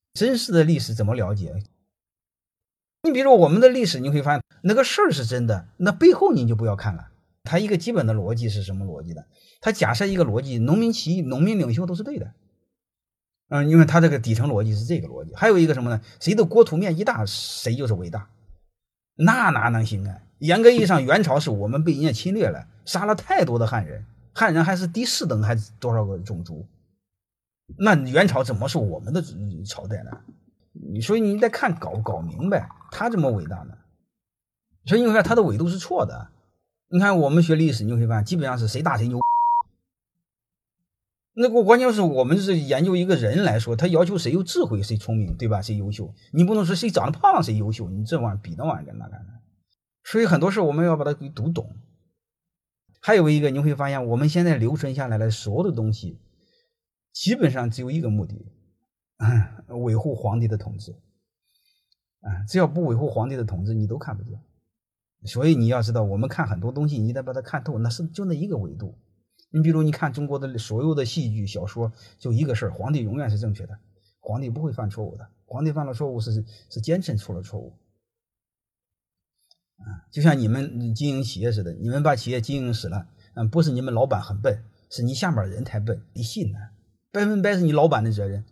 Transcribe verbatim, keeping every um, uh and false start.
真实的历史怎么了解？你比如我们的历史，你会发现那个事儿是真的，那背后你就不要看了。它一个基本的逻辑是什么逻辑的？它假设一个逻辑，农民起义、农民领袖都是对的。嗯，因为它这个底层逻辑是这个逻辑。还有一个什么呢？谁的国土面积大，谁就是伟大。那哪能行啊？严格意义上，元朝是我们被人家侵略了，杀了太多的汉人，汉人还是第四等，还是多少个种族？那元朝怎么是我们的朝代呢？所以你得看搞搞明白，他这么伟大呢？所以你会发现他的纬度是错的。你看我们学历史，你会发现基本上是谁大谁牛。那个关键是我们是研究一个人来说，他要求谁有智慧，谁聪明，对吧？谁优秀？你不能说谁长得胖谁优秀，你这玩意儿比那玩意儿跟那干的。所以很多事我们要把它给读懂。还有一个你会发现，我们现在留存下来的所有的东西，基本上只有一个目的，嗯、维护皇帝的统治。啊，只要不维护皇帝的统治，你都看不见。所以你要知道，我们看很多东西，你得把它看透，那是就那一个维度。你比如你看中国的所有的戏剧小说，就一个事儿，皇帝永远是正确的，皇帝不会犯错误的，皇帝犯了错误是是奸臣出了错误。啊，就像你们经营企业似的，你们把企业经营死了，嗯，不是你们老板很笨，是你下面人太笨，你信呢？百分百是你老板的责任。